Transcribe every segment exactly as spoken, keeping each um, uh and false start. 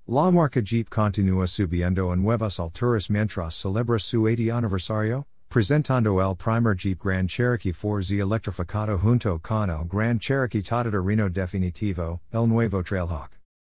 La marca Jeep continúa subiendo en nuevas alturas mientras celebra su ochenta aniversario, presentando el primer Jeep Grand Cherokee four Z electrificado junto con el Grand Cherokee Todoterreno Definitivo, el nuevo Trailhawk.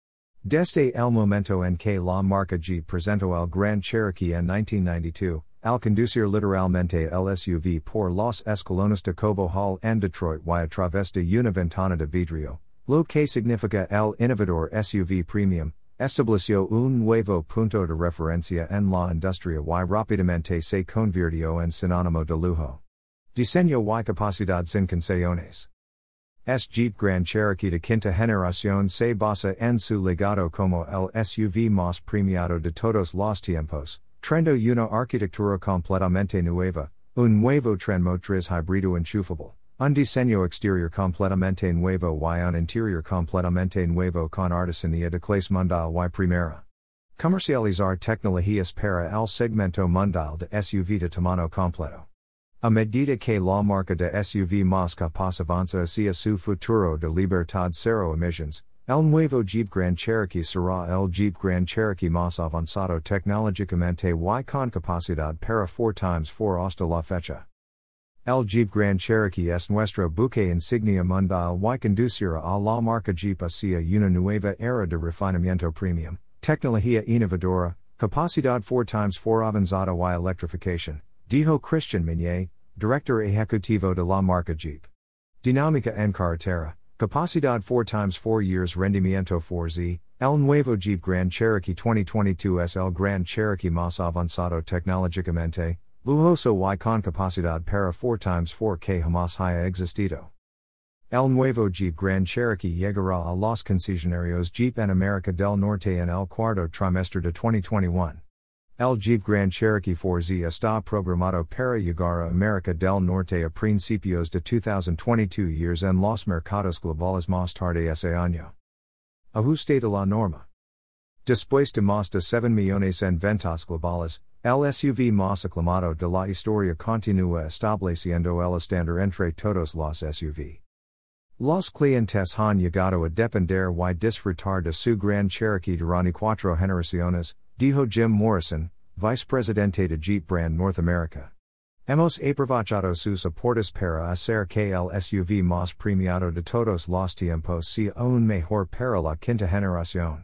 Desde el momento en que la marca Jeep presentó el Grand Cherokee en nineteen ninety-two, al conducir literalmente el S U V por los escalones de Cobo Hall en Detroit y a través de una ventana de vidrio, lo que significa el innovador S U V Premium, estableció un nuevo punto de referencia en la industria y rápidamente se convirtió en sinónimo de lujo. Diseño y capacidad sin concesiones. Es Jeep Grand Cherokee de quinta generación se basa en su legado como el S U V más premiado de todos los tiempos, trendo una arquitectura completamente nueva, un nuevo tren motriz híbrido enchufable, un diseño exterior completamente nuevo y un interior completamente nuevo con artesanía de clase mundial y primera. Comercializar tecnologías para el segmento mundial de S U V de tamaño completo. A medida que la marca de S U V más capaz avanza hacia su futuro de libertad cero emisiones, el nuevo Jeep Grand Cherokee será el Jeep Grand Cherokee más avanzado tecnológicamente y con capacidad para cuatro por cuatro hasta la fecha. El Jeep Grand Cherokee es nuestro buque insignia mundial y conducirá a la marca Jeep hacia una nueva era de refinamiento premium, tecnología innovadora, capacidad cuatro por cuatro avanzada y electrificación, dijo Christian Minier, director ejecutivo de la marca Jeep. Dinámica en carretera, capacidad cuatro por cuatro years rendimiento cuatro Z, el nuevo Jeep Grand Cherokee twenty twenty-two es el Grand Cherokee más avanzado tecnológicamente, lujoso y con capacidad para cuatro por cuatro que jamás haya existido. El nuevo Jeep Grand Cherokee llegará a los concesionarios Jeep en América del Norte en el cuarto trimestre de twenty twenty-one. El Jeep Grand Cherokee four Z está programado para llegar a América del Norte a principios de twenty twenty-two years en los mercados globales más tarde ese año. Ajuste de la norma. Después de más de seven millones en ventas globales, el S U V más aclamado de la historia continúa estableciendo el estándar entre todos los S U V. Los clientes han llegado a depender y disfrutar de su Grand Cherokee durante cuatro generaciones, dijo Jim Morrison, vicepresidente de Jeep Brand North America. Hemos aprovechado sus aportes para hacer que el S U V más premiado de todos los tiempos sea aún mejor para la quinta generación.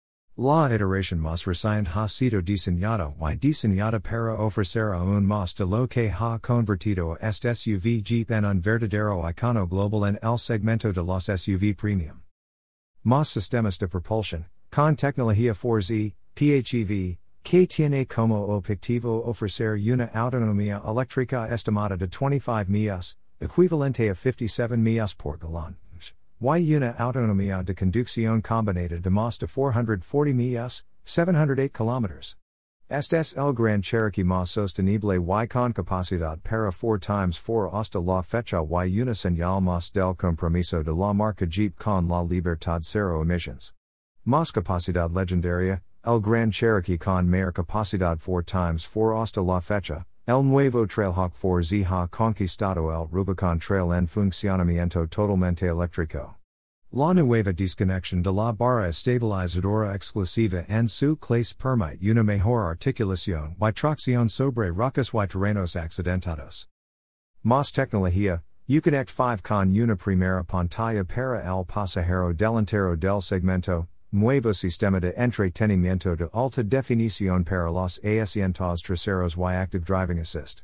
La iteración más reciente ha sido diseñada y diseñada para ofrecer aún más de lo que ha convertido a este S U V Jeep en un verdadero icono global en el segmento de los S U V premium. Más sistemas de propulsión, con tecnología four Z, P H E V, que tiene como objetivo ofrecer una autonomía eléctrica estimada de twenty-five millas, equivalente a fifty-seven millas por galón, y una autonomía de conducción combinada de más de four hundred forty millas, seven hundred eight kilómetros. Este es el Grand Cherokee más sostenible y con capacidad para four por four hasta la fecha y una señal más del compromiso de la marca Jeep con la libertad cero emisiones. Más capacidad legendaria, el Grand Cherokee con mayor capacidad four por four hasta la fecha, el nuevo Trailhawk four Z ha conquistado el Rubicon Trail en funcionamiento totalmente eléctrico. La nueva desconexión de la barra estabilizadora exclusiva en su clase permite una mejor articulación y tracción sobre rocas y terrenos accidentados. Más tecnología, Uconnect five con una primera pantalla para el pasajero delantero del segmento, nuevo sistema de entretenimiento de alta definición para los asientos traseros y Active Driving Assist.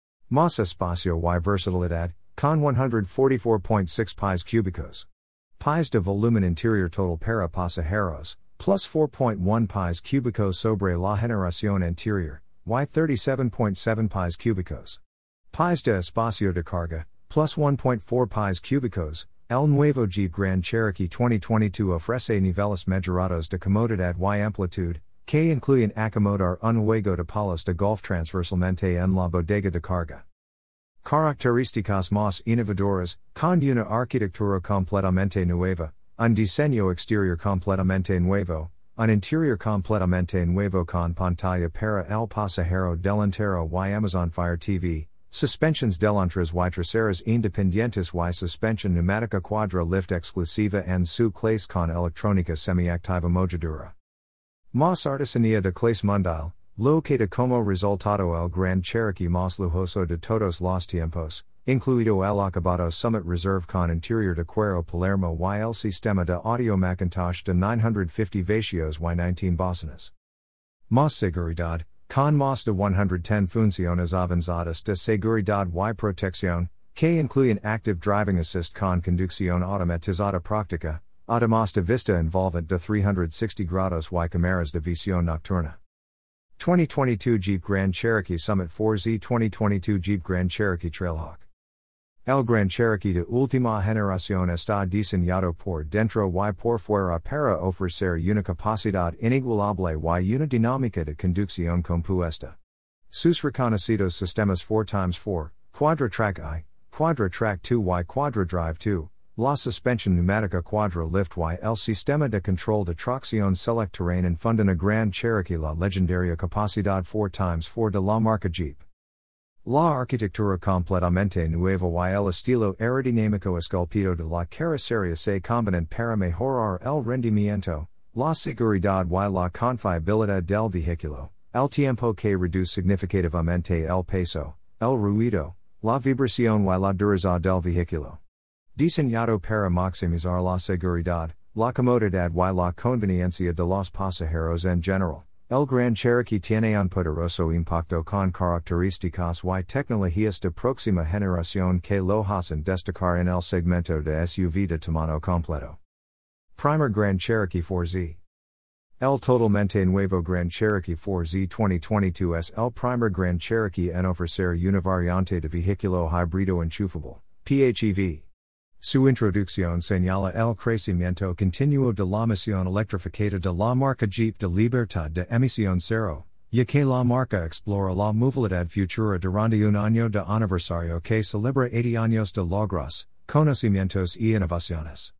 Más espacio y versatilidad, con one hundred forty-four point six pies cúbicos. Pies de volumen interior total para pasajeros, plus four point one pies cúbicos sobre la generación anterior, y thirty-seven point seven pies cúbicos. Pies de espacio de carga, plus one point four pies cúbicos. El nuevo Jeep Grand Cherokee twenty twenty-two ofrece niveles mejorados de comodidad y amplitud, que incluyen acomodar un juego de palos de golf transversalmente en la bodega de carga. Características más innovadoras, con una arquitectura completamente nueva, un diseño exterior completamente nuevo, un interior completamente nuevo con pantalla para el pasajero delantero y Amazon Fire T V, suspensions delanteras y traseras independientes y suspensión neumática cuadra lift exclusiva en su clase con electrónica semiactiva moldura. Más artesanía de clase mundial, lo que de como resultado el Grand Cherokee más lujoso de todos los tiempos, incluido el acabado Summit Reserve con interior de cuero Palermo y el sistema de audio Macintosh de novecientos cincuenta vatios y diecinueve bocinas. Más seguridad, con más de ciento diez funciones avanzadas de seguridad y protección, que incluyen Active Driving Assist con conducción automatizada práctica, además de vista envolvente de trescientos sesenta grados y cámaras de visión nocturna. twenty twenty-two Jeep Grand Cherokee Summit four Z twenty twenty-two Jeep Grand Cherokee Trailhawk. El Grand Cherokee de última generación está diseñado por dentro y por fuera para ofrecer una capacidad inigualable y una dinámica de conducción compuesta. Sus reconocidos sistemas four by four, Quadra-Track I, Quadra-Track two y Quadra-Drive two, la suspensión neumática Quadra-Lift y el sistema de control de tracción Select Terrain infunden a Grand Cherokee la legendaria capacidad four by four de la marca Jeep. La arquitectura completamente nueva y el estilo aerodinámico esculpido de la carrocería se combinan para mejorar el rendimiento, la seguridad y la confiabilidad del vehículo, al tiempo que reduce significativamente el peso, el ruido, la vibración y la dureza del vehículo. Diseñado para maximizar la seguridad, la comodidad y la conveniencia de los pasajeros en general, el Grand Cherokee tiene un poderoso impacto con características y tecnologías de próxima generación que lo hacen destacar en el segmento de S U V de tamaño completo. Primer Grand Cherokee four Z. El totalmente nuevo Grand Cherokee four Z twenty twenty-two es el primer Grand Cherokee en ofrecer una variante de vehículo híbrido enchufable, P H E V. Su introducción señala el crecimiento continuo de la misión electrificada de la marca Jeep de libertad de emisión cero, ya que la marca explora la movilidad futura durante un año de aniversario que celebra ochenta años de logros, conocimientos y innovaciones.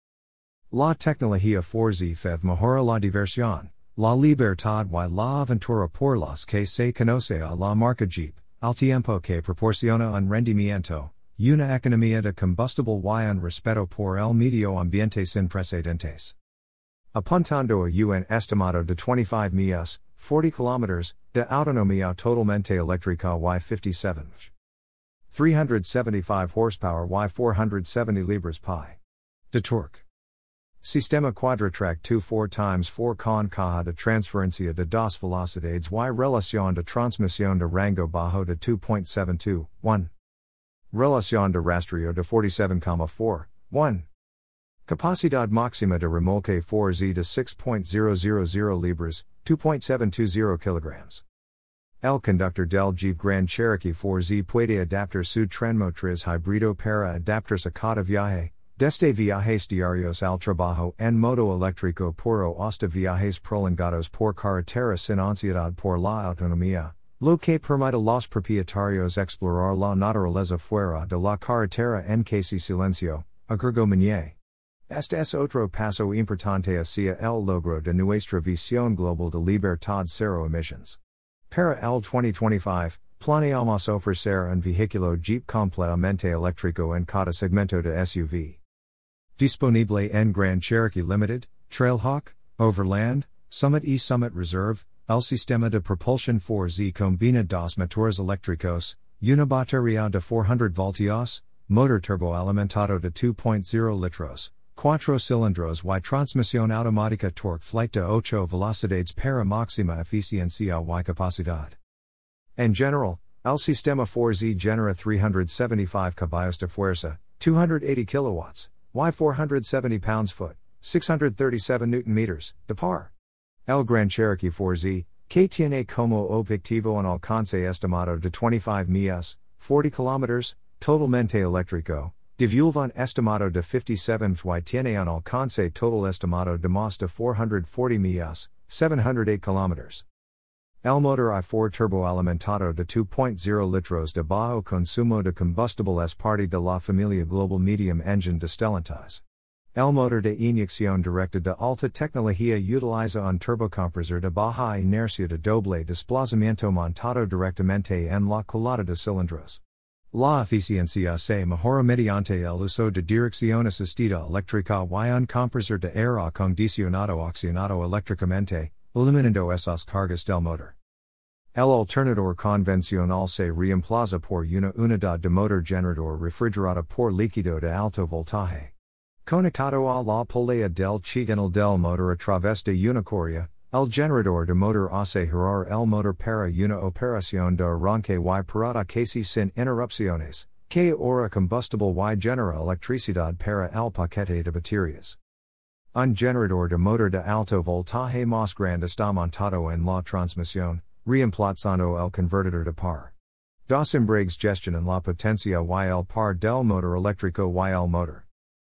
La tecnología four Z F E V mejora la diversión, la libertad y la aventura por las que se conoce a la marca Jeep, al tiempo que proporciona un rendimiento, una economía de combustible y un respeto por el medio ambiente sin precedentes. Apuntando a un estimado de twenty-five millas, forty kilometers, de autonomía totalmente eléctrica y fifty-seven three hundred seventy-five horsepower y four hundred seventy libras-pi. De torque. Sistema Quadra-Track two four by four con caja de transferencia de dos velocidades y relación de transmisión de rango bajo de two point seven two, one. Relación de rastreo de forty-seven point four, one. Capacidad máxima de remolque four Z de six point zero zero zero libras, two point seven two zero kilograms. El conductor del Jeep Grand Cherokee four Z puede adaptar su tren motriz híbrido para adaptarse a cada viaje, desde viajes diarios al trabajo en modo eléctrico puro hasta viajes prolongados por carretera sin ansiedad por la autonomía. Lo que permite a los propietarios explorar la naturaleza fuera de la carretera en casi silencio, agregó Meunier. Este es otro paso importante hacia el logro de nuestra visión global de libertad cero emisiones. Para el twenty twenty-five, planeamos ofrecer un vehículo Jeep completamente eléctrico en cada segmento de S U V. Disponible en Grand Cherokee Limited, Trailhawk, Overland, Summit y Summit Reserve. El sistema de propulsión four Z combina dos motores eléctricos, una batería de four hundred voltios, motor turboalimentado de two point zero litros, cuatro cilindros y transmisión automática torque flight de ocho velocidades para máxima eficiencia y capacidad. En general, el sistema four Z genera three hundred seventy-five caballos de fuerza, two hundred eighty kilowatts, y four hundred seventy pounds-foot, six hundred thirty-seven newton meters, de par. El Grand Cherokee four Z, que tiene como objetivo un alcance estimado de twenty-five millas, forty kilometers, totalmente eléctrico, divulga un estimado de fifty-seven y tiene un alcance total estimado de más de four hundred forty millas, seven hundred eight kilometers. El motor I four turboalimentado de two point zero litros de bajo consumo de combustible es parte de la familia Global Medium Engine de Stellantis. El motor de inyección directa de alta tecnología utiliza un turbocompresor de baja inercia de doble desplazamiento montado directamente en la culata de cilindros. La eficiencia se mejora mediante el uso de dirección asistida eléctrica y un compresor de aire acondicionado accionado eléctricamente, eliminando esas cargas del motor. El alternador convencional se reemplaza por una unidad de motor generador refrigerada por líquido de alto voltaje. Conectado a la polea del chiganal del motor a través de una correa, el generador de motor hace girar el motor para una operación de arranque y parada casi sin interrupciones, que ahorra combustible y genera electricidad para el paquete de baterías. Un generador de motor de alto voltaje más grande está montado en la transmisión, reemplazando el convertidor de par. Dos embragues gestionan la potencia y el par del motor eléctrico y el motor.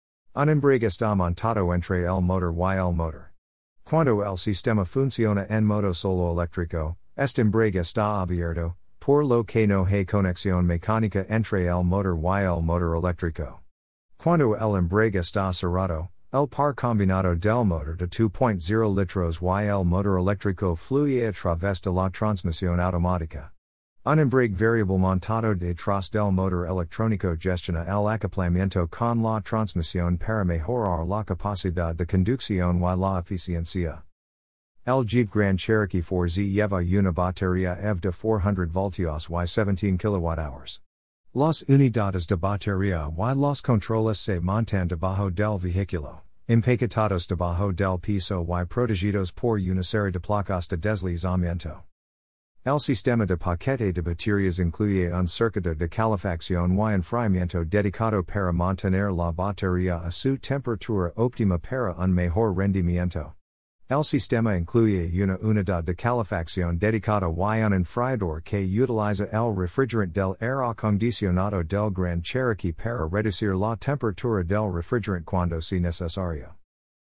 Un embrague está montado entre el motor y el motor. Cuando el sistema funciona en modo solo eléctrico, este embrague está abierto, por lo que no hay conexión mecánica entre el motor y el motor eléctrico. Cuando el embrague está cerrado, el par combinado del motor de dos punto cero litros y el motor eléctrico fluye a través de la transmisión automática. Un embrague variable montado detrás del motor electrónico gestiona el acoplamiento con la transmisión para mejorar la capacidad de conducción y la eficiencia. El Jeep Grand Cherokee four Z lleva una batería E V de cuatrocientos voltios y diecisiete kilowatt hours. Las unidades de batería y los controles se montan debajo del vehículo, empaquetados debajo del piso y protegidos por una serie de placas de deslizamiento. El sistema de paquete de baterías incluye un circuito de calefacción y enfriamiento dedicado para mantener la batería a su temperatura óptima para un mejor rendimiento. El sistema incluye una unidad de calefacción dedicada y un enfriador que utiliza el refrigerante del aire acondicionado del Grand Cherokee para reducir la temperatura del refrigerante cuando sea necesario.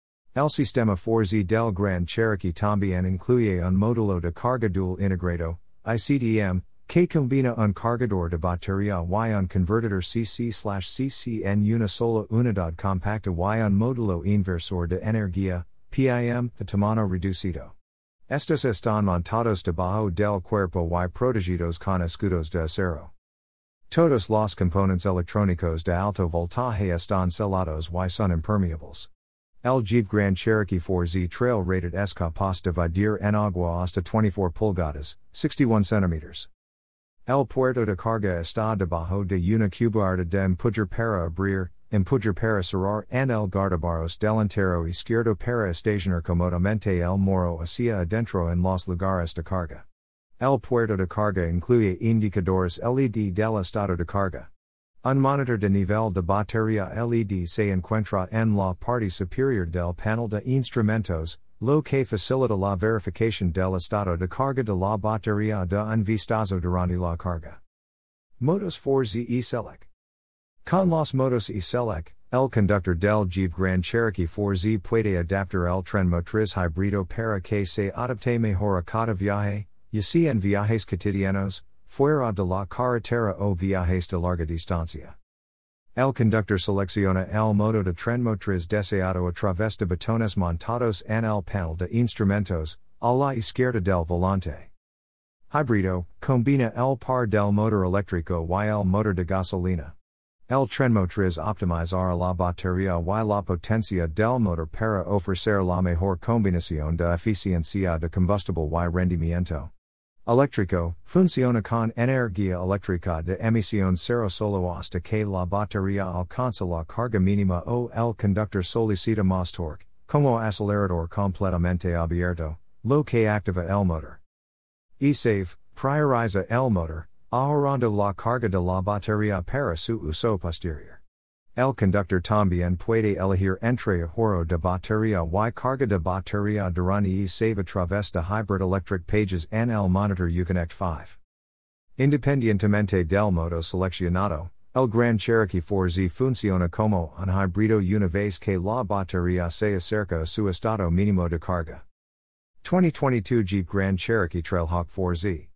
El sistema four Z del Grand Cherokee también incluye un módulo de carga dual integrado, I C D M, que combina un cargador de batería y un convertidor C C/C C en una sola unidad compacta y un módulo inversor de energía, P I M, de tamaño reducido. Estos están montados debajo del cuerpo y protegidos con escudos de acero. Todos los componentes electrónicos de alto voltaje están selados y son impermeables. El Jeep Grand Cherokee four Z Trail Rated es capaz de dividir en agua hasta veinticuatro pulgadas, sesenta y uno centímetros. El puerto de carga está debajo de una cubarda de empujar para abrir, empujar para cerrar and el guardabarros delantero izquierdo para estacionar cómodamente el morro hacia adentro en los lugares de carga. El puerto de carga incluye indicadores L E D del estado de carga. Un monitor de nivel de batería L E D se encuentra en la parte superior del panel de instrumentos, lo que facilita la verificación del estado de carga de la batería de un vistazo durante la carga. Modos four Z y Selec. Con los modos y Selec, el conductor del Jeep Grand Cherokee four Z puede adaptar el tren motriz híbrido para que se adapte mejor a cada viaje, ya sea en viajes cotidianos, fuera de la carretera o viajes de larga distancia. El conductor selecciona el modo de tren motriz deseado a través de botones montados en el panel de instrumentos, a la izquierda del volante. Híbrido, combina el par del motor eléctrico y el motor de gasolina. El tren motriz optimizará la batería y la potencia del motor para ofrecer la mejor combinación de eficiencia de combustible y rendimiento. Eléctrico, funciona con energía eléctrica de emisión cero solo hasta que la batería alcanza la carga mínima o el conductor solicita más torque, como acelerador completamente abierto, lo que activa el motor. E-Save, prioriza el motor, ahorrando la carga de la batería para su uso posterior. El conductor también puede elegir entre ahorro de batería y carga de batería durante E-Save a través de Hybrid Electric Pages en el monitor Uconnect five. Independientemente del modo seleccionado, el Grand Cherokee four Z funciona como un híbrido una vez que la batería se acerca a su estado mínimo de carga. twenty twenty-two Jeep Grand Cherokee Trailhawk four Z.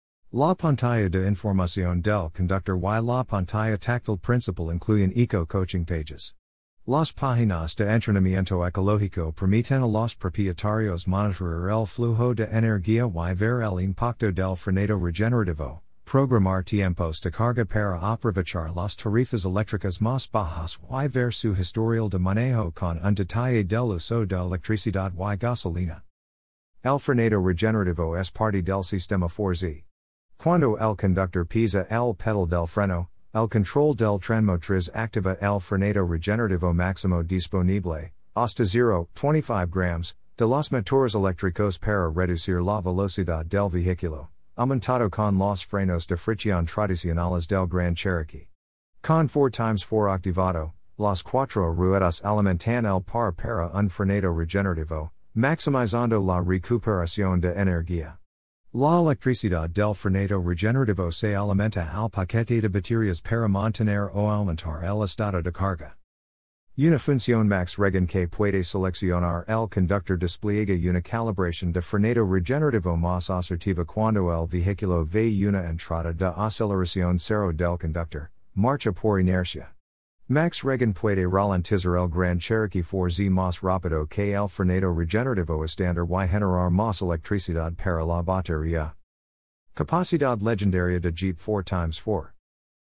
La pantalla de información del conductor y la pantalla táctil principal incluyen eco-coaching pages. Las páginas de entrenamiento ecológico permiten a los propietarios monitorar el flujo de energía y ver el impacto del frenado regenerativo, programar tiempos de carga para aprovechar las tarifas eléctricas más bajas y ver su historial de manejo con un detalle del uso de electricidad y gasolina. El frenado regenerativo es parte del sistema four Z. Cuando el conductor pisa el pedal del freno, el control del tren motriz activa el frenado regenerativo máximo disponible, hasta zero point two five grams, de los motores eléctricos para reducir la velocidad del vehículo, aumentado con los frenos de fricción tradicionales del Grand Cherokee. Con four by four activado, las cuatro ruedas alimentan el par para un frenado regenerativo, maximizando la recuperación de energía. La electricidad del frenado regenerativo se alimenta al paquete de baterías para mantener o aumentar el estado de carga. Una función max regen que puede seleccionar el conductor despliega una calibración de frenado regenerativo más asertiva cuando el vehículo ve una entrada de aceleración cero del conductor, marcha por inercia. Max regen puede ralentizar el Grand Cherokee four Z más rápido que el frenado regenerativo estándar y generar más electricidad para la batería. Capacidad legendaria de Jeep four by four.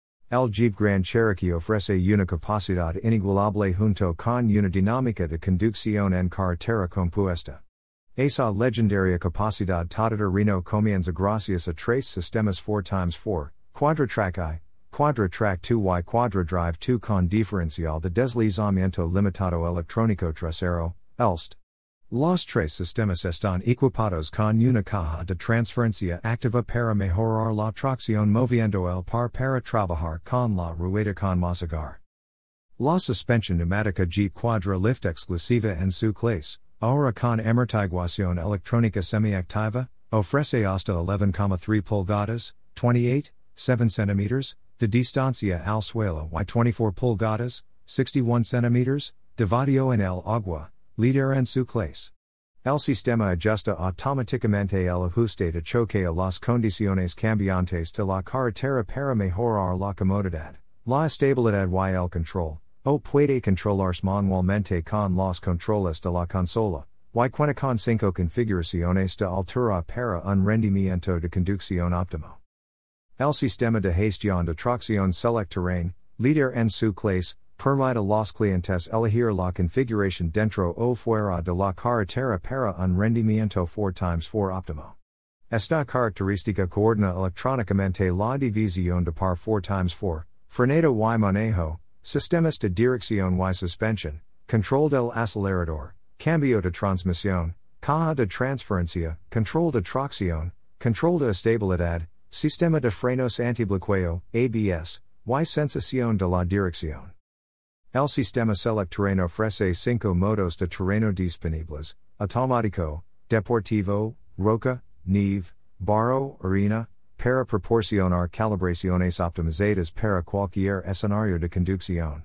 El Jeep Grand Cherokee ofrece una capacidad inigualable junto con una dinámica de conducción en carretera compuesta. Esa legendaria capacidad todoterreno comienza gracias a tres sistemas four by four, Quadra-Track I, Quadra-Track two y Quadra-Drive two con diferencial de deslizamiento limitado electrónico trasero, E L S T. Los tres sistemas están equipados con una caja de transferencia activa para mejorar la tracción moviendo el par para trabajar con la rueda con más agar. La suspensión neumática Jeep Quadra Lift exclusiva en su clase, ahora con amortiguación electrónica semiactiva, ofrece hasta eleven point three pulgadas, twenty-eight point seven centimeters, de distancia al suelo y twenty-four pulgadas, sixty-one centimeters, de vadio en el agua, líder en su clase. El sistema ajusta automáticamente el ajuste de choque a las condiciones cambiantes de la carretera para mejorar la comodidad, la estabilidad y el control, o puede controlarse manualmente con los controles de la consola, y cuenta con cinco configuraciones de altura para un rendimiento de conducción óptimo. El sistema de gestión de tracción Select Terrain, líder en su clase, permite a los clientes elegir la configuración dentro o fuera de la carretera para un rendimiento four by four óptimo. Esta característica coordina electrónicamente la división de par four by four, frenado y manejo, sistemas de dirección y suspensión, control del acelerador, cambio de transmisión, caja de transferencia, control de tracción, control de estabilidad, sistema de frenos antibloqueo, A B S, y sensación de la dirección. El sistema Select Terrain ofrece cinco modos de terreno disponibles: automático, deportivo, roca, nieve, barro, arena, para proporcionar calibraciones optimizadas para cualquier escenario de conducción.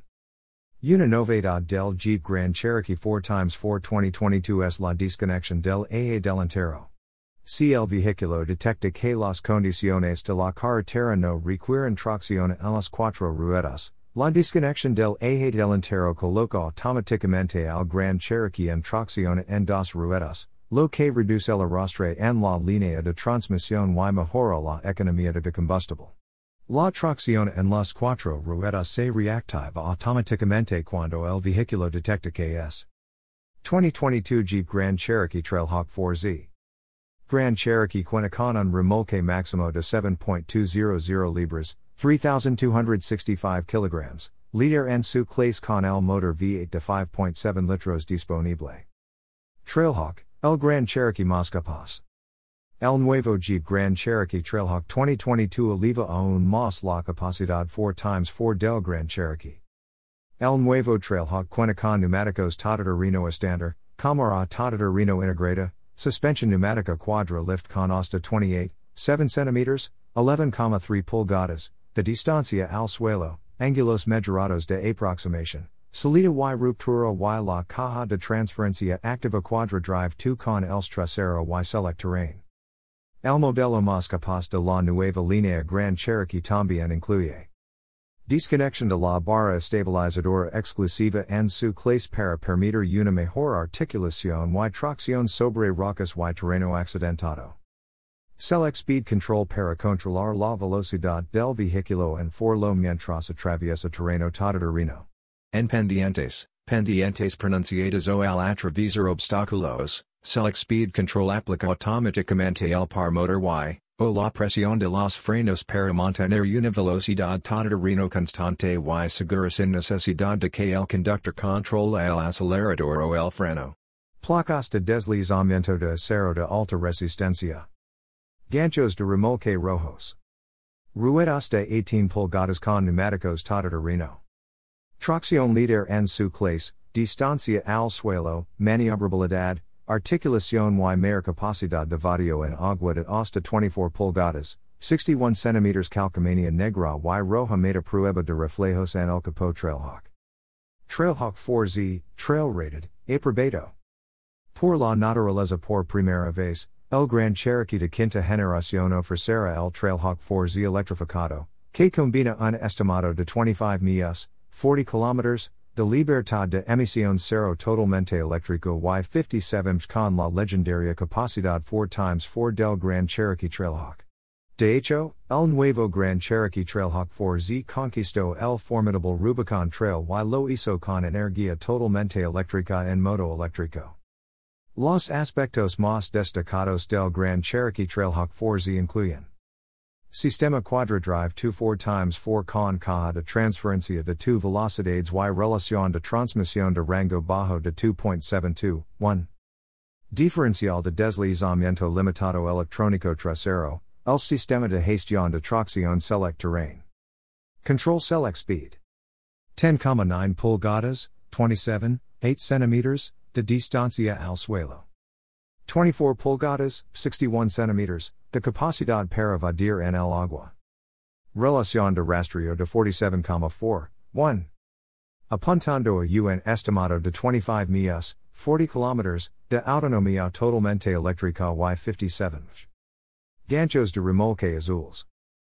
Una novedad del Jeep Grand Cherokee four by four twenty twenty-two es la desconexión del eje delantero. Si el vehículo detecta que las condiciones de la carretera no requieren tracción en las cuatro ruedas, la desconexión del eje delantero coloca automáticamente al Grand Cherokee en tracción en dos ruedas, lo que reduce el arrastre en la línea de transmisión y mejora la economía de combustible. La tracción en las cuatro ruedas se reactiva automáticamente cuando el vehículo detecta que es. twenty twenty-two Jeep Grand Cherokee Trailhawk four Z. Grand Cherokee cuenta con un remolque máximo de seven point two hundred libras, three thousand two hundred sixty-five kilograms, líder en su clase con el motor V eight de five point seven litros disponible. Trailhawk, el Grand Cherokee más capaz. El nuevo Jeep Grand Cherokee Trailhawk twenty twenty-two eleva aún más la capacidad four by four del Grand Cherokee. El nuevo Trailhawk cuenta con neumáticos todoterreno estándar, cámara todoterreno integrada, suspensión neumática Quadra Lift con hasta twenty-eight point seven centimeters, eleven point three pulgadas, de distancia al suelo, ángulos mejorados de aproximación, salida y ruptura y la caja de transferencia activa Quadra Drive two con el trasero y Select Terrain. El modelo más capaz de la nueva línea Grand Cherokee también incluye desconexión de la barra estabilizadora exclusiva en su clase para permitir una mejor articulación y tracción sobre rocas y terreno accidentado. Select Speed Control para controlar la velocidad del vehículo en forlo mientras atraviesa terreno todoterreno. En pendientes, pendientes pronunciadas o al atravesar obstáculos, select speed control aplica automáticamente el par motor y, o la presión de los frenos para mantener una velocidad todoterreno constante y segura sin necesidad de que el conductor controle el acelerador o el freno. Placas de deslizamiento de acero de alta resistencia. Ganchos de remolque rojos. Ruedas de eighteen pulgadas con neumáticos todoterreno. Tracción líder en su clase, distancia al suelo, maniobrabilidad, articulación y mayor capacidad de vadio en agua de hasta twenty-four pulgadas, sixty-one centimeters. Calcomania negra y roja made a prueba de reflejos en el capó Trailhawk. Trailhawk four Z, trail rated, aprobado. Por la naturaleza por primera vez, el Grand Cherokee de quinta generación ofrecerá el Trailhawk four Z electrificado, que combina un estimado de twenty-five millas, forty kilometers, de libertad de emisión cero totalmente eléctrico y fifty-seven con la legendaria capacidad four by four del Grand Cherokee Trailhawk. De hecho, el nuevo Grand Cherokee Trailhawk four Z conquistó el formidable Rubicon Trail y lo hizo con energía totalmente eléctrica en modo eléctrico. Los aspectos más destacados del Grand Cherokee Trailhawk four Z incluyen Sistema Quadradrive twenty-four by four con caja de transferencia de two velocidades y relación de transmisión de rango bajo de two point seven two, one. Diferencial de deslizamiento limitado electrónico trasero, el sistema de gestión de tracción select terrain. Control select speed. ten point nine pulgadas, twenty-seven, eight centimeters, de distancia al suelo. twenty-four pulgadas, sixty-one centimeters, de capacidad para vadir en el agua. Relación de rastreo de forty-seven point four, one. Apuntando a un estimado de twenty-five millas, forty kilometers, de autonomía totalmente eléctrica y fifty-seven. Ganchos de remolque azules.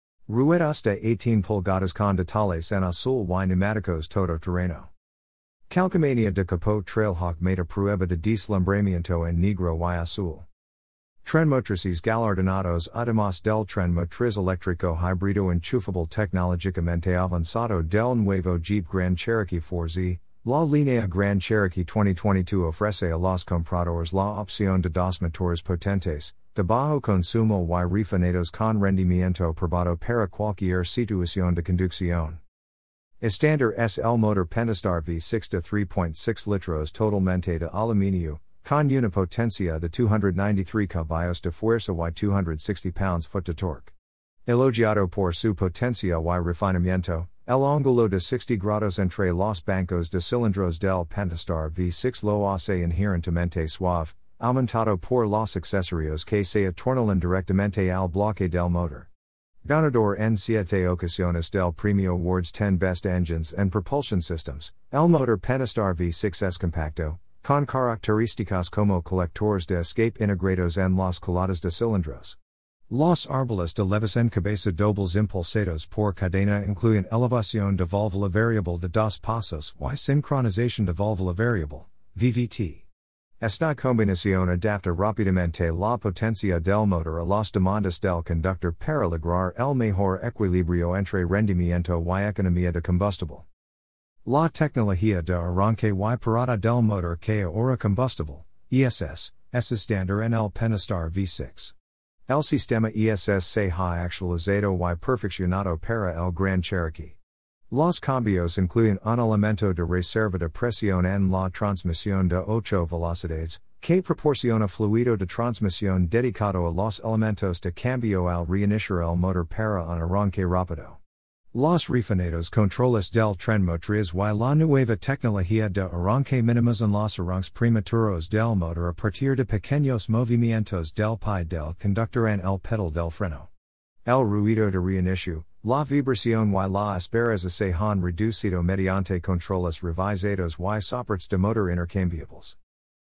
Ruedas de eighteen pulgadas con detalles en azul y neumáticos todoterreno. Calcomania de capó Trailhawk made a prueba de deslumbramiento en negro y azul. Tren motrices galardonados además del tren motriz eléctrico híbrido enchufable tecnológicamente avanzado del nuevo Jeep Grand Cherokee four Z, la línea Grand Cherokee twenty twenty-two ofrece a los compradores la opción de dos motores potentes, de bajo consumo y refinados con rendimiento probado para cualquier situación de conducción. Estándar es el motor Pentastar V six de three point six litros totalmente de aluminio, con una potencia de two hundred ninety-three caballos de fuerza y two hundred sixty pounds-foot de torque. Elogiado por su potencia y refinamiento, el ángulo de sixty grados entre los bancos de cilindros del Pentastar V six lo hace inherentemente suave, aumentado por los accesorios que se atornillan directamente al bloque del motor. Ganador en siete ocasiones del Premio Awards ten Best Engines and Propulsion Systems, el motor Pentastar V six es compacto, con características como colectores de escape integrados en las coladas de cilindros. Los árboles de levas cabeza dobles impulsados por cadena incluyen elevación de válvula variable de dos pasos y sincronización de válvula variable, V V T. Esta combinación adapta rápidamente la potencia del motor a las demandas del conductor para lograr el mejor equilibrio entre rendimiento y economía de combustible. La tecnología de arranque y parada del motor que ahorra combustible, E S S, es estándar en el Pentastar V six. El sistema E S S se ha actualizado y perfeccionado para el Grand Cherokee. Los cambios incluyen un elemento de reserva de presión en la transmisión de ocho velocidades, que proporciona fluido de transmisión dedicado a los elementos de cambio al reiniciar el motor para un arranque rápido. Los refinados controles del tren motriz y la nueva tecnología de arranque minimizan los arranques prematuros del motor a partir de pequeños movimientos del pie del conductor en el pedal del freno. El ruido de reinicio, la vibración y la aspereza se han reducido mediante controles revisados y soportes de motor intercambiables.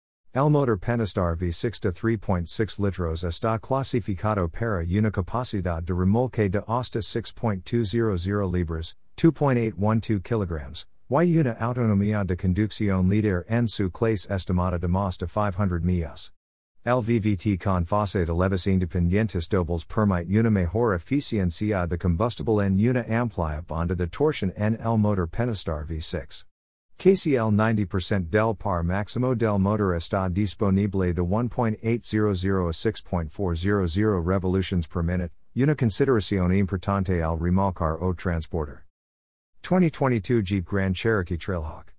El motor Pentastar V six de three point six litros está clasificado para una capacidad de remolque de hasta six point two hundred libras, two point eight one two kilograms, y una autonomía de conducción líder en su clase estimada de más de five hundred millas. El V V T con fase de levas independientes dobles permite una mejor eficiencia de combustible en una amplia banda de torsión en el motor Pentastar V six. K C L ninety percent del par máximo del motor está disponible de one point eight hundred a six point four hundred revolutions per minute, una consideración importante al remolcar o transporter. twenty twenty-two Jeep Grand Cherokee Trailhawk.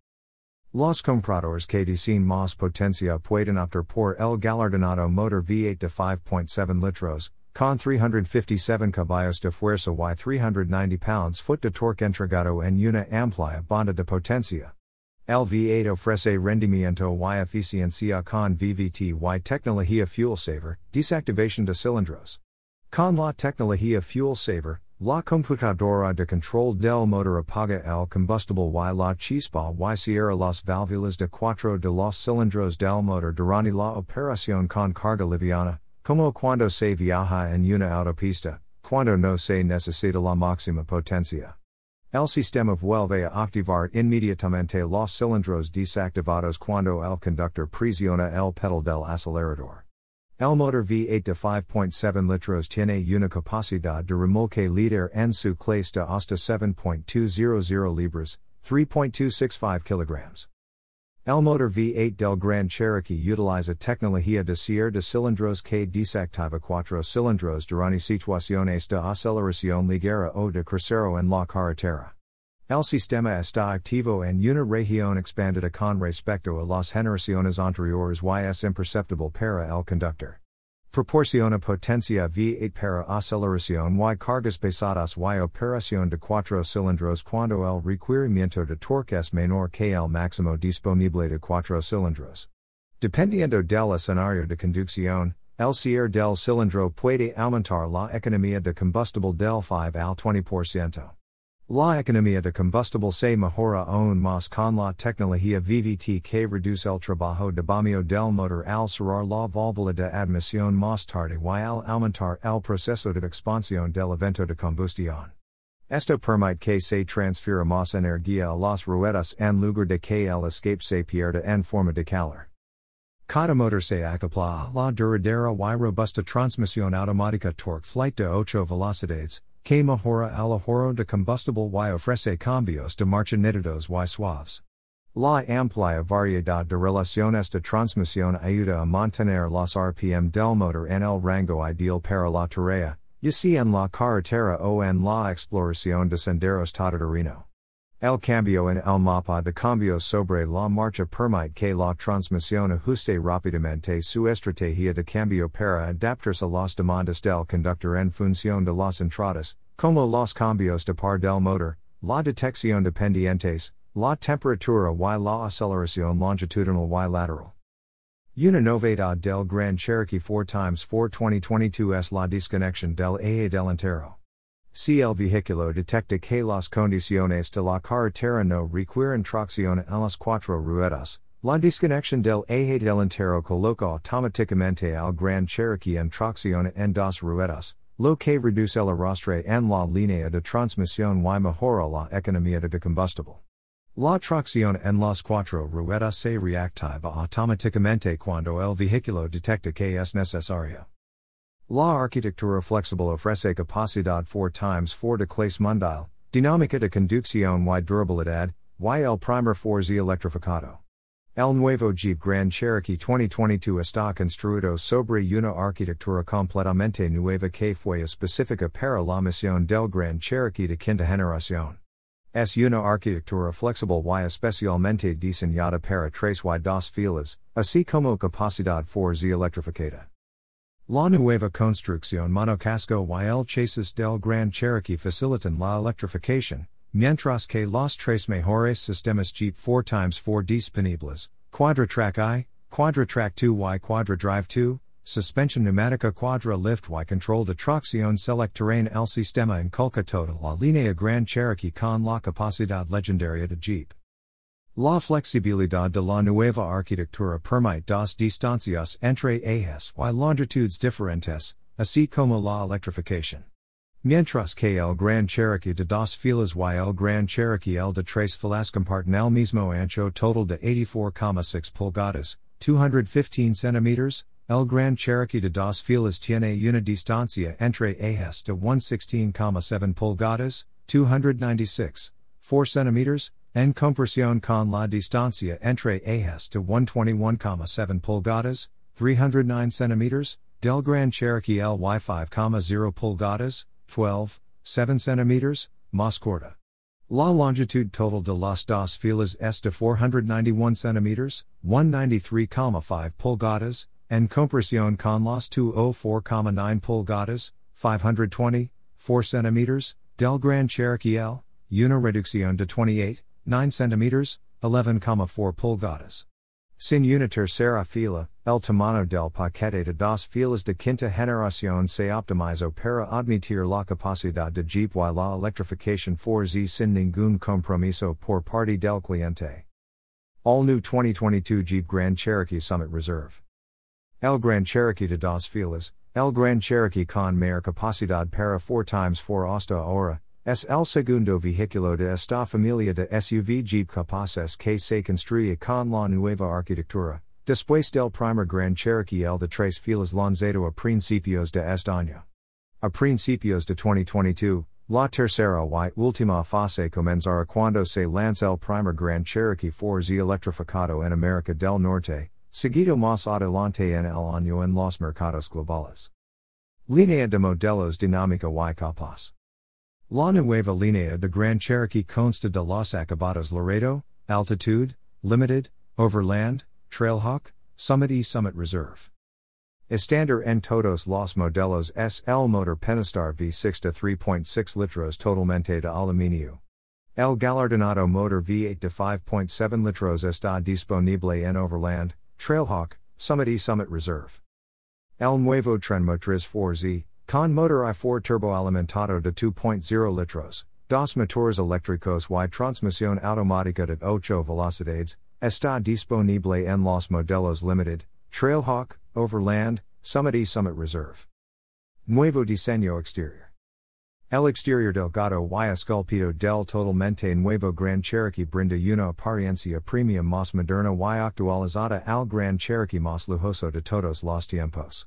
Los compradores que desean más potencia pueden optar por el galardonado motor V eight de five point seven litros, con three hundred fifty-seven caballos de fuerza y three hundred ninety pounds-foot de torque entregado en una amplia banda de potencia. El V eight ofrece rendimiento y eficiencia con V V T y tecnología fuel saver, desactivation de cilindros. Con la tecnología fuel saver, la computadora de control del motor apaga el combustible y la chispa y cierra las válvulas de cuatro de los cilindros del motor durante la operación con carga liviana, como cuando se viaja en una autopista, cuando no se necesita la máxima potencia. El sistema vuelve a activar inmediatamente los cilindros desactivados cuando el conductor presiona el pedal del acelerador. El motor V eight de five point seven litros tiene una capacidad de remolque líder en su clase de hasta seven point two hundred libras, three point two six five kilograms. El motor V eight del Grand Cherokee utiliza tecnología de cierre de cilindros que desactiva cuatro cilindros durante situaciones de aceleración ligera o de crucero en la carretera. El sistema está activo en una región expandida con respecto a las generaciones anteriores y es imperceptible para el conductor. Proporciona potencia V eight para aceleración y cargas pesadas y operación de cuatro cilindros cuando el requerimiento de torque es menor que el máximo disponible de cuatro cilindros. Dependiendo del escenario de conducción, el cierre del cilindro puede aumentar la economía de combustible del five al twenty por ciento. La economía de combustible se mejora aún más con la tecnología V V T que reduce el trabajo de bombeo del motor al cerrar la válvula de admisión más tarde y al aumentar el proceso de expansión del evento de combustión. Esto permite que se transfiera más energía a las ruedas en lugar de que el escape se pierda en forma de calor. Cada motor se acopla a la duradera y robusta transmisión automática torque flight de ocho velocidades, que mejora el ahorro de combustible y ofrece cambios de marcha nítidos y suaves. La amplia variedad de relaciones de transmisión ayuda a mantener los R P M del motor en el rango ideal para la tarea, ya sea en la carretera o en la exploración de senderos todoterreno. El cambio en el mapa de cambios sobre la marcha permite que la transmisión ajuste rápidamente su estrategia de cambio para adaptarse a las demandas del conductor en función de las entradas, como los cambios de par del motor, la detección de pendientes, la temperatura y la aceleración longitudinal y lateral. Una novedad del Grand Cherokee four by four twenty twenty-two es la desconexión del eje delantero. Si el vehículo detecta que las condiciones de la carretera no requieren tracción en las cuatro ruedas, la desconexión del eje delantero coloca automáticamente al Grand Cherokee en tracción en dos ruedas, lo que reduce el arrastre en la línea de transmisión y mejora la economía de combustible. La tracción en las cuatro ruedas se reactiva automáticamente cuando el vehículo detecta que es necesario. La arquitectura flexible ofrece capacidad four by four de clase mundial, dinámica de conducción y durabilidad, y el primer Forza electrificado. El nuevo Jeep Grand Cherokee twenty twenty-two está construido sobre una arquitectura completamente nueva que fue específica para la misión del Grand Cherokee de quinta generación. Es una arquitectura flexible y especialmente diseñada para tres y dos filas, así como capacidad Forza electrificada. La nueva construcción monocasco y el chasis del Grand Cherokee facilitan la electrificación, mientras que los tres mejores sistemas Jeep four by four disponibles, Quadra-Track I, Quadra-Track two y Quadra-Drive two, suspension pneumática Quadra-Lift y control de tracción select terrain. El sistema inculca toda la línea Grand Cherokee con la capacidad legendaria de Jeep. La flexibilidad de la nueva arquitectura permite dos distancias entre ejes y longitudes diferentes, así como la electrificación. Mientras que el Grand Cherokee de dos filas y el Grand Cherokee el de tres filas comparten el mismo ancho total de eighty-four point six pulgadas, two hundred fifteen centimeters, el Grand Cherokee de dos filas tiene una distancia entre ejes de one hundred sixteen point seven pulgadas, two hundred ninety-six point four centimeters, En comparación con la distancia entre ejes de one twenty-one point seven pulgadas, three hundred nine centimeters, del Gran Cherokee L Y five point zero pulgadas, twelve, seven centimeters, más corta. La longitud total de las dos filas es de four hundred ninety-one centimeters, one ninety-three point five pulgadas, en comparación con las two oh four point nine pulgadas, five hundred twenty, four centimeters, del Gran Cherokee L, una reducción de twenty-eight, nine centimeters, eleven point four pulgadas. Sin una tercera fila, el tamaño del paquete de dos filas de quinta generación se optimizó para admitir la capacidad de Jeep y la electrificación four Z sin ningún compromiso por parte del cliente. All new twenty twenty-two Jeep Grand Cherokee Summit Reserve. El Grand Cherokee de dos filas, el Grand Cherokee con mayor capacidad para four by four hasta ahora, es el segundo vehículo de esta familia de S U V Jeep capaces que se construye con la nueva arquitectura, después del primer Grand Cherokee el de tres filas lanzado a principios de este año. A principios de twenty twenty-two, la tercera y última fase comenzará cuando se lance el primer Grand Cherokee four Z electrificado en América del Norte, seguido más adelante en el año en los mercados globales. Línea de modelos dinámica y capaz. La nueva línea de Grand Cherokee consta de los acabados Laredo, Altitude, Limited, Overland, Trailhawk, Summit y Summit Reserve. Estándar en todos los modelos es el motor Pentastar V six de three point six litros totalmente de aluminio. El galardonado motor V eight de five point seven litros está disponible en Overland, Trailhawk, Summit y Summit Reserve. El nuevo Tren Motriz four Z, con motor I four turbo alimentado de two point zero litros, dos motores eléctricos y transmisión automática de ocho velocidades, está disponible en los modelos Limited, Trailhawk, Overland, Summit y Summit Reserve. Nuevo diseño exterior. El exterior delgado y esculpido del totalmente nuevo Grand Cherokee brinda una apariencia premium más moderna y actualizada al Grand Cherokee más lujoso de todos los tiempos.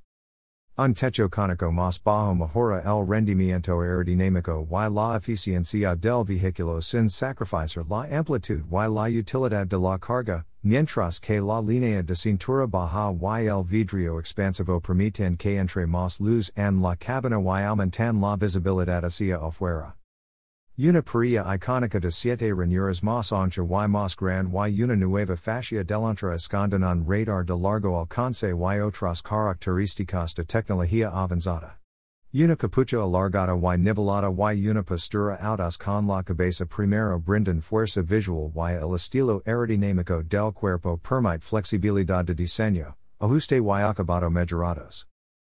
Un techo cónico más bajo mejora el rendimiento aerodinámico y la eficiencia del vehículo sin sacrificar la amplitud y la utilidad de la carga, mientras que la línea de cintura baja y el vidrio expansivo permiten que entre más luz en la cabina y aumentan la visibilidad hacia afuera. Una parrilla icónica de siete ranuras más ancha y más grande y una nueva fascia delantera escondida un radar de largo alcance y otras características de tecnología avanzada. Una capucha alargada y nivelada y una postura audaz con la cabeza primero brindan fuerza visual y el estilo aerodinámico del cuerpo permite flexibilidad de diseño, ajuste y acabado mejorados.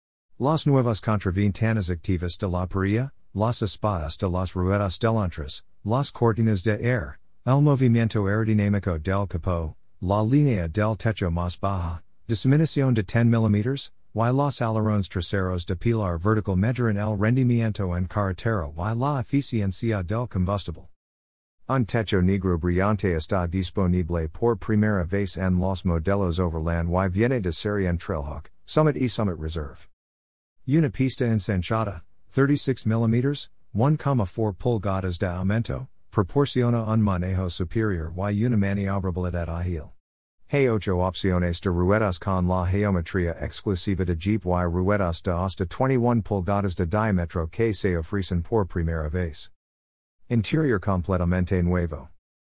Las nuevas contraventanas activas de la parrilla, las espadas de las ruedas delanteras, las cortinas de aire, el movimiento aerodinámico del capó, la línea del techo más baja, disminución de ten milímetros, y los alerones traseros de pilar vertical mejoran el rendimiento en carretera y la eficiencia del combustible. Un techo negro brillante está disponible por primera vez en los modelos Overland y viene de serie en Trailhawk, Summit y Summit Reserve. Una pista ensanchada, thirty-six milímetros, one point four pulgadas de aumento, proporciona un manejo superior y una maniobrabilidad ágil. Hay ocho opciones de ruedas con la geometría exclusiva de Jeep y ruedas de hasta twenty-one pulgadas de diámetro que se ofrecen por primera vez. Interior completamente nuevo.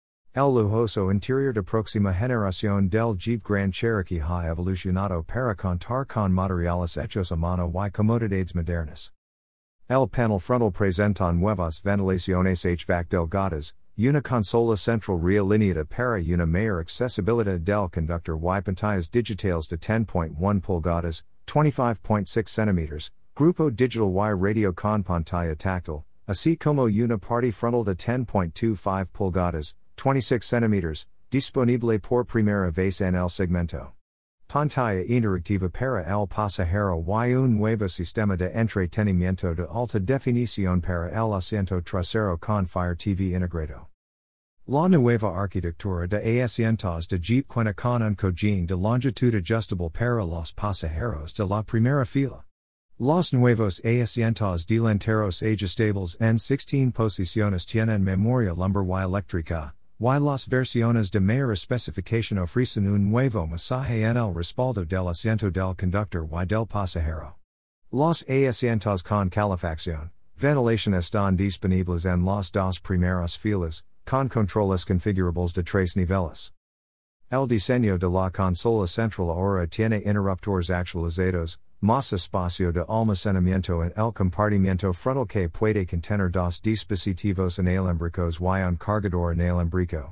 El lujoso interior de próxima generación del Jeep Grand Cherokee ha evolucionado para contar con materiales hechos a mano y comodidades modernas. El panel frontal presenta nuevas ventilaciones H V A C delgadas, una consola central realineada para una mayor accesibilidad del conductor y pantallas digitales de ten point one pulgadas, twenty-five point six centimeters, grupo digital y radio con pantalla táctil, así como una parte frontal de ten point two five pulgadas, twenty-six centimeters, disponible por primera vez en el segmento. Pantalla interactiva para el pasajero y un nuevo sistema de entretenimiento de alta definición para el asiento trasero con Fire T V integrado. La nueva arquitectura de asientos de Jeep cuenta con un cojín de longitud ajustable para los pasajeros de la primera fila. Los nuevos asientos delanteros ajustables en sixteen posiciones tienen memoria lumbar y eléctrica, Y las versiones de mayor especificación ofrecen un nuevo mensaje en el respaldo del asiento del conductor y del pasajero. Los asientos con calefacción, ventilación están disponibles en las dos primeras filas, con controles configurables de tres niveles. El diseño de la consola central ahora tiene interruptores actualizados, más espacio de almacenamiento en el compartimiento frontal que puede contener dos dispositivos inalámbricos y un cargador inalámbrico.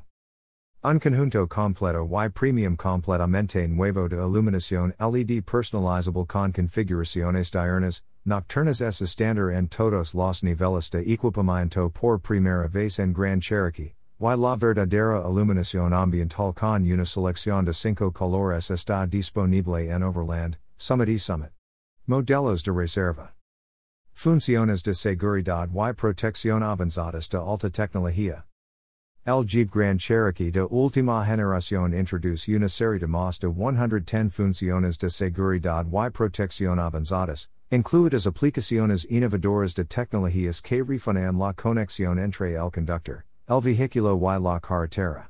Un conjunto completo y premium completamente nuevo de iluminación L E D personalizable con configuraciones diurnas, nocturnas es estándar en todos los niveles de equipamiento por primera vez en Grand Cherokee, y la verdadera iluminación ambiental con una selección de cinco colores está disponible en Overland, Summit y Summit. Modelos de reserva. Funciones de seguridad y protección avanzadas de alta tecnología. El Jeep Grand Cherokee de última generación introduce una serie de más de ciento diez funciones de seguridad y protección avanzadas, incluidas aplicaciones innovadoras de tecnologías que refinan la conexión entre el conductor, el vehículo y la carretera.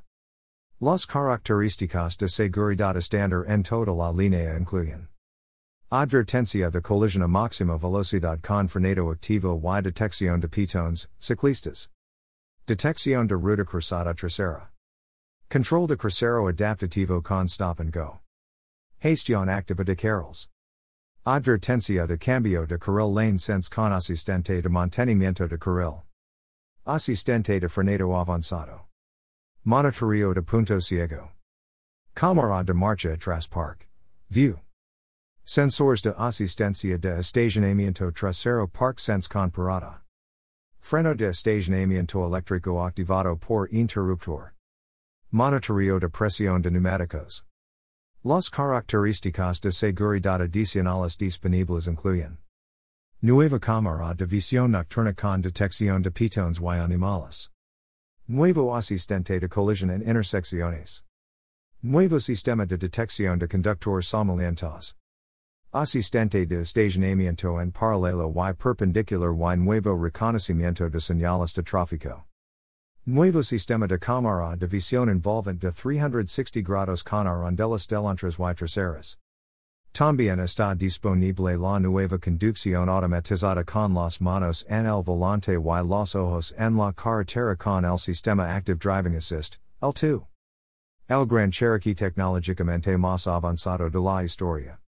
Las características de seguridad estándar en toda la línea incluyen advertencia de colisión a máxima velocidad con frenado activo y detección de peatones, ciclistas. Detección de ruta cruzada trasera. Control de crucero adaptativo con stop and go. Gestión activa de carriles. Advertencia de cambio de carril lane sense con asistente de mantenimiento de carril. Asistente de frenado avanzado. Monitoreo de punto ciego. Cámara de marcha atrás park view. Sensores de asistencia de estacionamiento trasero park sense con parada. Freno de estacionamiento eléctrico activado por interruptor. Monitoreo de presión de neumáticos. Las características de seguridad adicionales disponibles incluyen nueva cámara de visión nocturna con detección de peatones y animales. Nuevo asistente de colisión en intersecciones. Nuevo sistema de detección de conductores somnolientos. Asistente de estacionamiento en paralelo y perpendicular y nuevo reconocimiento de señales de tráfico. Nuevo sistema de cámara de visión envolvente de trescientos sesenta grados con arondelas delanteras y traseras. También está disponible la nueva conducción automatizada con las manos en el volante y los ojos en la carretera con el sistema Active Driving Assist, L dos. El Grand Cherokee tecnológicamente más avanzado de la historia.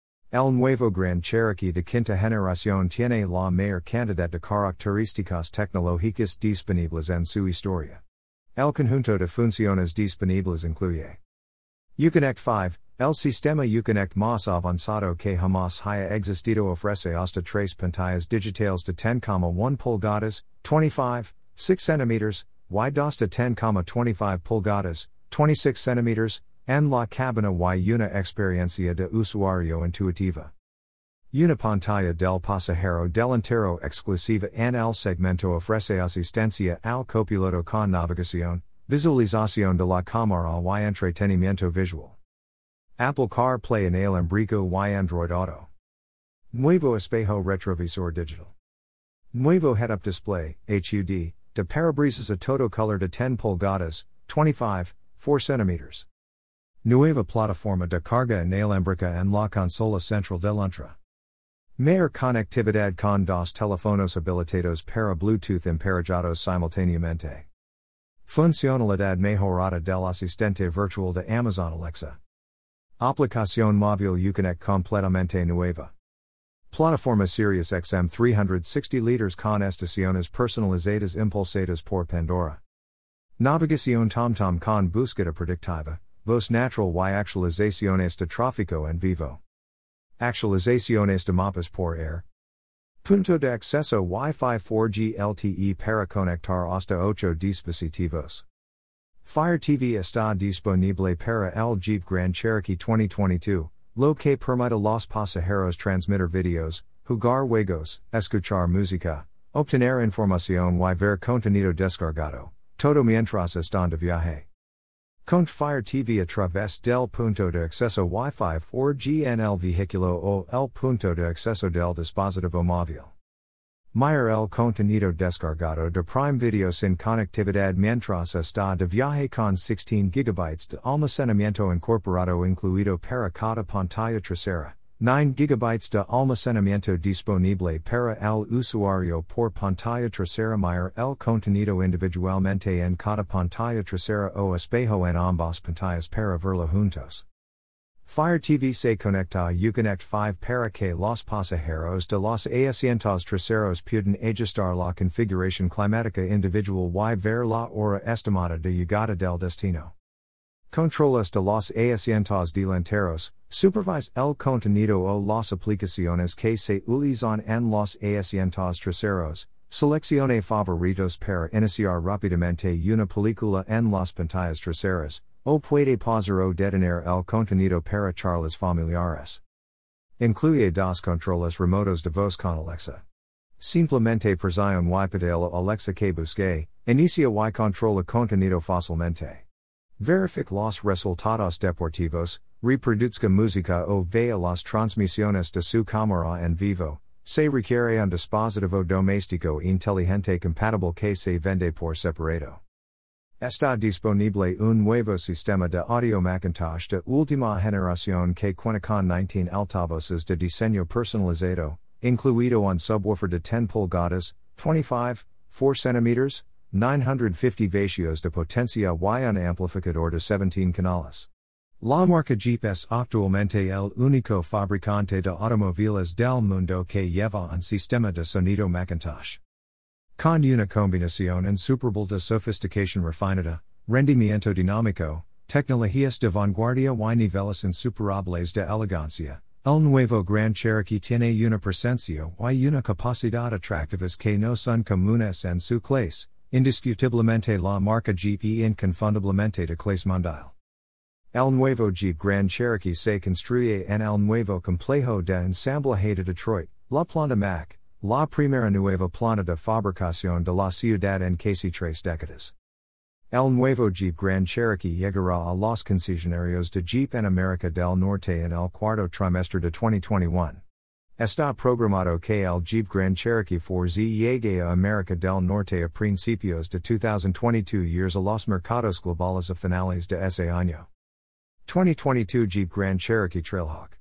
El nuevo Grand Cherokee de quinta generación tiene la mayor cantidad de características tecnológicas disponibles en su historia. El conjunto de funciones disponibles incluye Uconnect cinco, el sistema Uconnect más avanzado que jamás haya existido ofrece hasta tres pantallas digitales de diez coma uno pulgadas, veinticinco coma seis centímetros, y dos de diez coma veinticinco pulgadas, veintiséis centímetros, en la cabina y una experiencia de usuario intuitiva. Una pantalla del pasajero delantero exclusiva en el segmento ofrece asistencia al copiloto con navegación, visualización de la cámara y entretenimiento visual. Apple CarPlay inalámbrico y Android Auto. Nuevo espejo retrovisor digital. Nuevo head-up display, H U D, de parabrisas a todo color de diez pulgadas, veinticinco, cuatro centímetros. Nueva plataforma de carga inalámbrica en la consola central del Ultra. Mayor conectividad con dos teléfonos habilitados para Bluetooth emparejados simultáneamente. Funcionalidad mejorada del asistente virtual de Amazon Alexa. Aplicación móvil Uconnect completamente nueva. Plataforma Sirius X M trescientos sesenta litros con estaciones personalizadas impulsadas por Pandora. Navegación TomTom con búsqueda predictiva, voz natural y actualizaciones de tráfico en vivo. Actualizaciones de mapas por air. Punto de acceso Wi-Fi cuatro G L T E para conectar hasta ocho dispositivos. Fire T V está disponible para el Jeep Grand Cherokee veinte veintidós, lo que permite a los pasajeros transmitir videos, jugar juegos, escuchar música, obtener información y ver contenido descargado, todo mientras están de viaje. Con Fire T V a través del punto de acceso Wi-Fi cuatro G en el vehículo o el punto de acceso del dispositivo móvil. Mayor el contenido descargado de Prime Video sin conectividad mientras está de viaje con sixteen gigabytes de almacenamiento incorporado incluido para cada pantalla trasera, nine gigabytes de almacenamiento disponible para el usuario por pantalla trasera. Mayor el contenido individualmente en cada pantalla trasera o espejo en ambas pantallas para verlo juntos. Fire T V se conecta a Uconnect five para que los pasajeros de los asientos traseros puedan ajustar la configuración climática individual y ver la hora estimada de llegada del destino. Controles de los asientos delanteros, supervise el contenido o las aplicaciones que se utilizan en los asientos traseros, seleccione favoritos para iniciar rápidamente una película en las pantallas traseras, o puede pausar o detener el contenido para charlas familiares. Incluye dos controles remotos de voz con Alexa. Simplemente presione y pídele a Alexa que busque, inicia y controla contenido fácilmente. Verifique los resultados deportivos, reproduzca música o vea las transmisiones de su cámara en vivo. Se requiere un dispositivo doméstico inteligente compatible que se vende por separado. Está disponible un nuevo sistema de audio Macintosh de última generación que cuenta con nineteen altavoces de diseño personalizado, incluido un subwoofer de ten pulgadas, twenty-five, four centimeters, nine hundred fifty vatios de potencia y un amplificador de seventeen canales. La marca Jeep es actualmente el único fabricante de automóviles del mundo que lleva un sistema de sonido Macintosh. Con una combinación insuperable de sofisticación refinada, rendimiento dinámico, tecnologías de vanguardia y niveles insuperables de elegancia, el nuevo Grand Cherokee tiene una presencia y una capacidad atractivas que no son comunes en su clase, indiscutiblemente la marca Jeep y inconfundiblemente de clase mundial. El nuevo Jeep Grand Cherokee se construye en el nuevo complejo de ensamblaje de Detroit, La Planta Mac, la primera nueva planta de fabricación de la ciudad en casi tres décadas. El nuevo Jeep Grand Cherokee llegará a los concesionarios de Jeep en América del Norte en el cuarto trimestre de twenty twenty-one. Está programado que el Jeep Grand Cherokee four Z llegue a América del Norte a principios de twenty twenty-two years a los mercados globales a finales de ese año. twenty twenty-two Jeep Grand Cherokee Trailhawk.